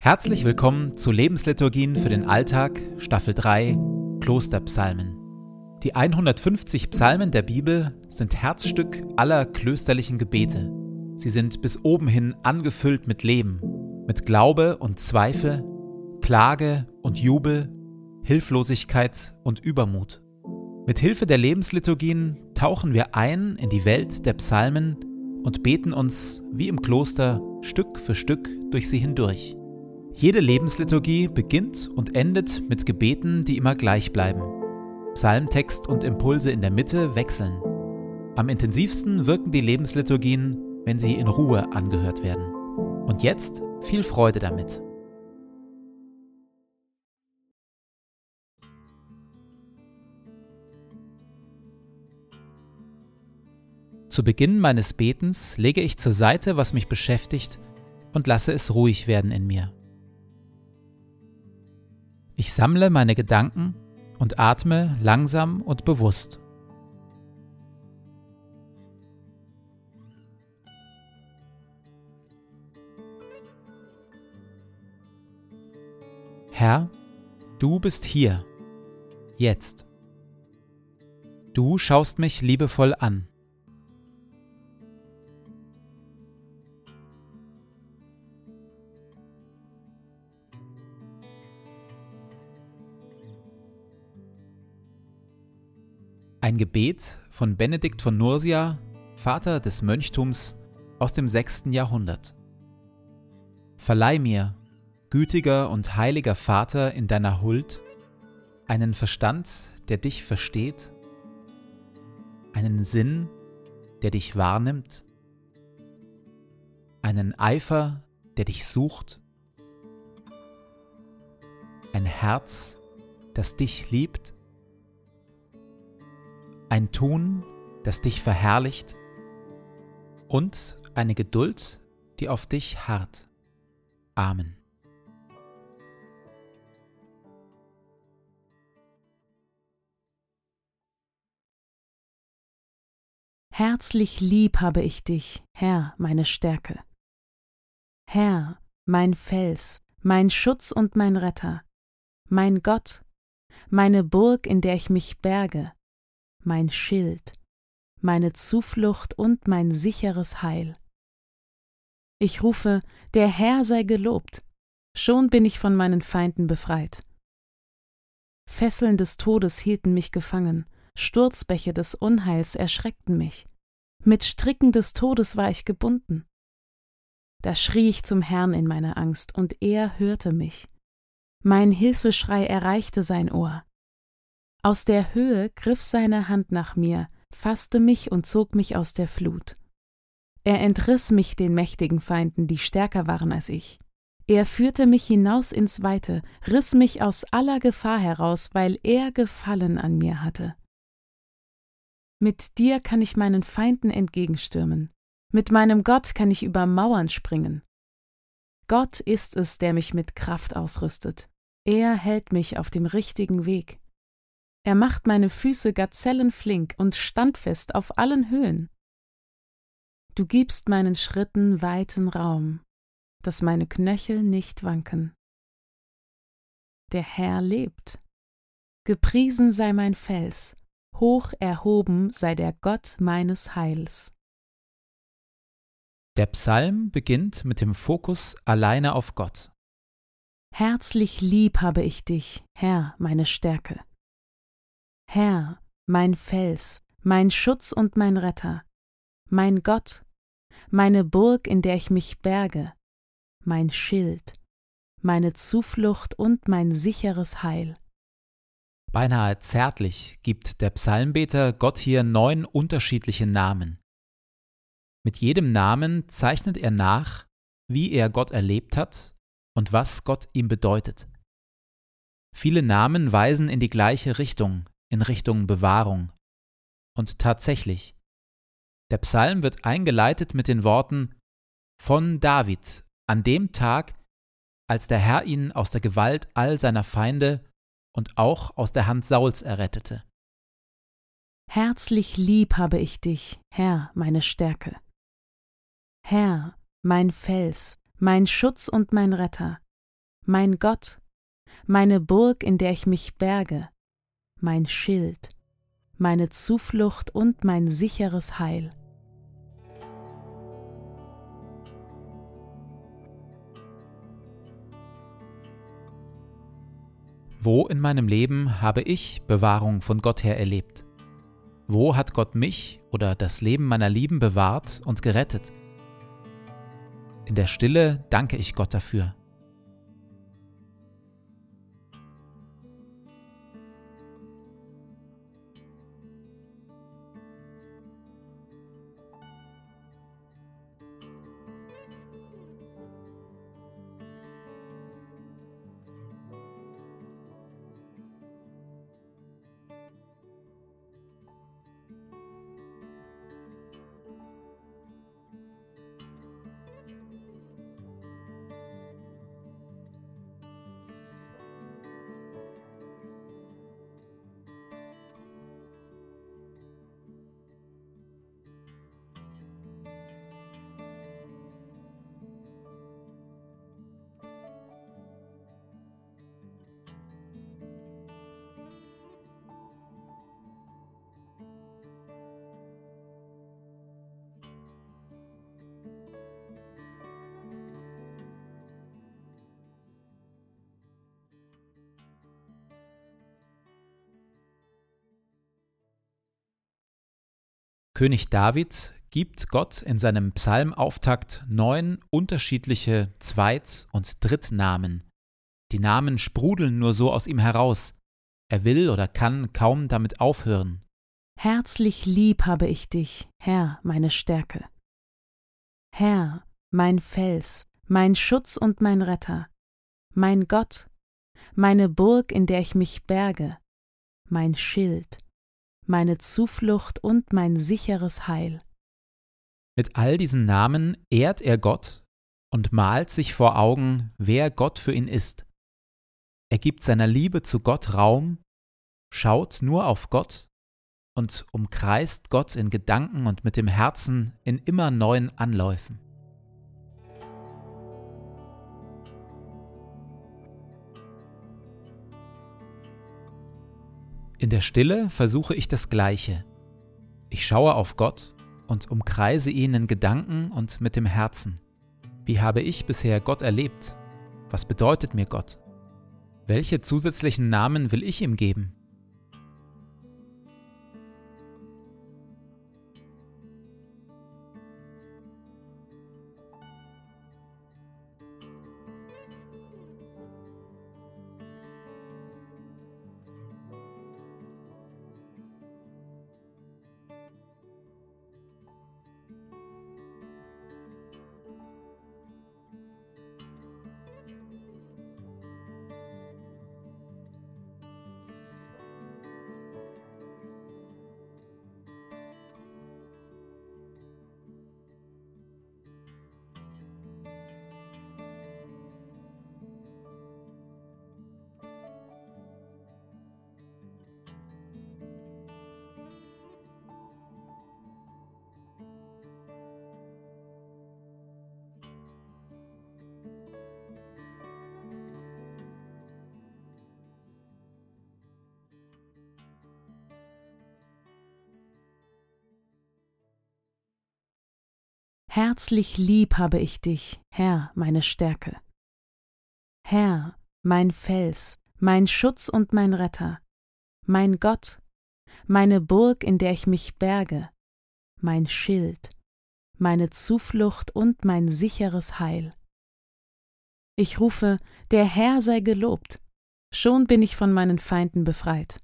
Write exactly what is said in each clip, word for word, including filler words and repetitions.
Herzlich willkommen zu Lebensliturgien für den Alltag, Staffel drei, Klosterpsalmen. Die hundertfünfzig Psalmen der Bibel sind Herzstück aller klösterlichen Gebete. Sie sind bis oben hin angefüllt mit Leben, mit Glaube und Zweifel, Klage und Jubel, Hilflosigkeit und Übermut. Mit Hilfe der Lebensliturgien tauchen wir ein in die Welt der Psalmen und beten uns wie im Kloster Stück für Stück durch sie hindurch. Jede Lebensliturgie beginnt und endet mit Gebeten, die immer gleich bleiben. Psalmtext und Impulse in der Mitte wechseln. Am intensivsten wirken die Lebensliturgien, wenn sie in Ruhe angehört werden. Und jetzt viel Freude damit. Zu Beginn meines Betens lege ich zur Seite, was mich beschäftigt, und lasse es ruhig werden in mir. Ich sammle meine Gedanken und atme langsam und bewusst. Herr, du bist hier, jetzt. Du schaust mich liebevoll an. Ein Gebet von Benedikt von Nursia, Vater des Mönchtums aus dem sechsten Jahrhundert. Verleih mir, gütiger und heiliger Vater in deiner Huld, einen Verstand, der dich versteht, einen Sinn, der dich wahrnimmt, einen Eifer, der dich sucht, ein Herz, das dich liebt, ein Tun, das dich verherrlicht und eine Geduld, die auf dich harrt. Amen. Herzlich lieb habe ich dich, Herr, meine Stärke. Herr, mein Fels, mein Schutz und mein Retter, mein Gott, meine Burg, in der ich mich berge, mein Schild, meine Zuflucht und mein sicheres Heil. Ich rufe, der Herr sei gelobt, schon bin ich von meinen Feinden befreit. Fesseln des Todes hielten mich gefangen, Sturzbäche des Unheils erschreckten mich. Mit Stricken des Todes war ich gebunden. Da schrie ich zum Herrn in meiner Angst, und er hörte mich. Mein Hilfeschrei erreichte sein Ohr. Aus der Höhe griff seine Hand nach mir, fasste mich und zog mich aus der Flut. Er entriss mich den mächtigen Feinden, die stärker waren als ich. Er führte mich hinaus ins Weite, riss mich aus aller Gefahr heraus, weil er Gefallen an mir hatte. Mit dir kann ich meinen Feinden entgegenstürmen. Mit meinem Gott kann ich über Mauern springen. Gott ist es, der mich mit Kraft ausrüstet. Er hält mich auf dem richtigen Weg. Er macht meine Füße gazellenflink und standfest auf allen Höhen. Du gibst meinen Schritten weiten Raum, dass meine Knöchel nicht wanken. Der Herr lebt. Gepriesen sei mein Fels, hoch erhoben sei der Gott meines Heils. Der Psalm beginnt mit dem Fokus alleine auf Gott. Herzlich lieb habe ich dich, Herr, meine Stärke. Herr, mein Fels, mein Schutz und mein Retter, mein Gott, meine Burg, in der ich mich berge, mein Schild, meine Zuflucht und mein sicheres Heil. Beinahe zärtlich gibt der Psalmbeter Gott hier neun unterschiedliche Namen. Mit jedem Namen zeichnet er nach, wie er Gott erlebt hat und was Gott ihm bedeutet. Viele Namen weisen in die gleiche Richtung, in Richtung Bewahrung. Und tatsächlich, der Psalm wird eingeleitet mit den Worten von David an dem Tag, als der Herr ihn aus der Gewalt all seiner Feinde und auch aus der Hand Sauls errettete. Herzlich lieb habe ich dich, Herr, meine Stärke. Herr, mein Fels, mein Schutz und mein Retter, mein Gott, meine Burg, in der ich mich berge, mein Schild, meine Zuflucht und mein sicheres Heil. Wo in meinem Leben habe ich Bewahrung von Gott her erlebt? Wo hat Gott mich oder das Leben meiner Lieben bewahrt und gerettet? In der Stille danke ich Gott dafür. König David gibt Gott in seinem Psalmauftakt neun unterschiedliche Zweit- und Drittnamen. Die Namen sprudeln nur so aus ihm heraus. Er will oder kann kaum damit aufhören. Herzlich lieb habe ich dich, Herr, meine Stärke. Herr, mein Fels, mein Schutz und mein Retter, mein Gott, meine Burg, in der ich mich berge, mein Schild, meine Zuflucht und mein sicheres Heil. Mit all diesen Namen ehrt er Gott und malt sich vor Augen, wer Gott für ihn ist. Er gibt seiner Liebe zu Gott Raum, schaut nur auf Gott und umkreist Gott in Gedanken und mit dem Herzen in immer neuen Anläufen. In der Stille versuche ich das Gleiche. Ich schaue auf Gott und umkreise ihn in Gedanken und mit dem Herzen. Wie habe ich bisher Gott erlebt? Was bedeutet mir Gott? Welche zusätzlichen Namen will ich ihm geben? Herzlich lieb habe ich dich, Herr, meine Stärke. Herr, mein Fels, mein Schutz und mein Retter, mein Gott, meine Burg, in der ich mich berge, mein Schild, meine Zuflucht und mein sicheres Heil. Ich rufe, der Herr sei gelobt, schon bin ich von meinen Feinden befreit.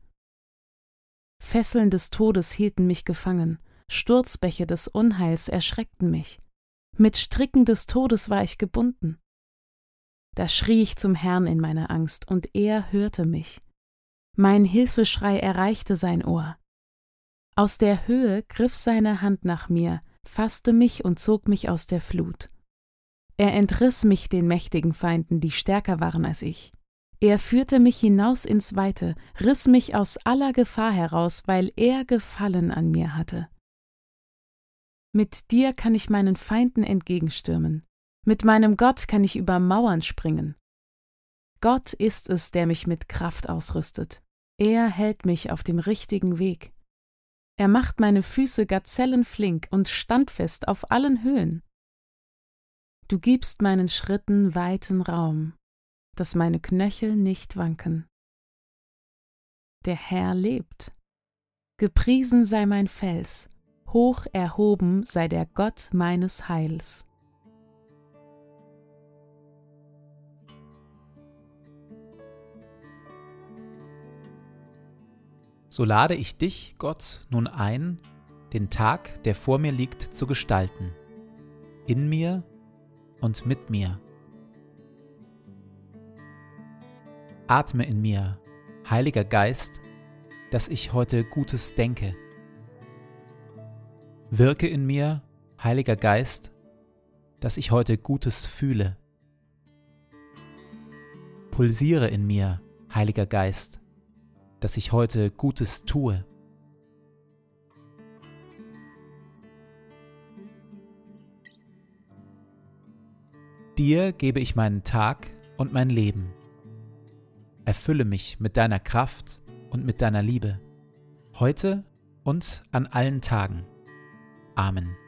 Fesseln des Todes hielten mich gefangen, Sturzbäche des Unheils erschreckten mich. Mit Stricken des Todes war ich gebunden. Da schrie ich zum Herrn in meiner Angst, und er hörte mich. Mein Hilfeschrei erreichte sein Ohr. Aus der Höhe griff seine Hand nach mir, fasste mich und zog mich aus der Flut. Er entriss mich den mächtigen Feinden, die stärker waren als ich. Er führte mich hinaus ins Weite, riss mich aus aller Gefahr heraus, weil er Gefallen an mir hatte. Mit dir kann ich meinen Feinden entgegenstürmen. Mit meinem Gott kann ich über Mauern springen. Gott ist es, der mich mit Kraft ausrüstet. Er hält mich auf dem richtigen Weg. Er macht meine Füße gazellenflink und standfest auf allen Höhen. Du gibst meinen Schritten weiten Raum, dass meine Knöchel nicht wanken. Der Herr lebt. Gepriesen sei mein Fels, hoch erhoben sei der Gott meines Heils. So lade ich dich, Gott, nun ein, den Tag, der vor mir liegt, zu gestalten, in mir und mit mir. Atme in mir, Heiliger Geist, dass ich heute Gutes denke. Wirke in mir, Heiliger Geist, dass ich heute Gutes fühle. Pulsiere in mir, Heiliger Geist, dass ich heute Gutes tue. Dir gebe ich meinen Tag und mein Leben. Erfülle mich mit deiner Kraft und mit deiner Liebe, heute und an allen Tagen. Amen.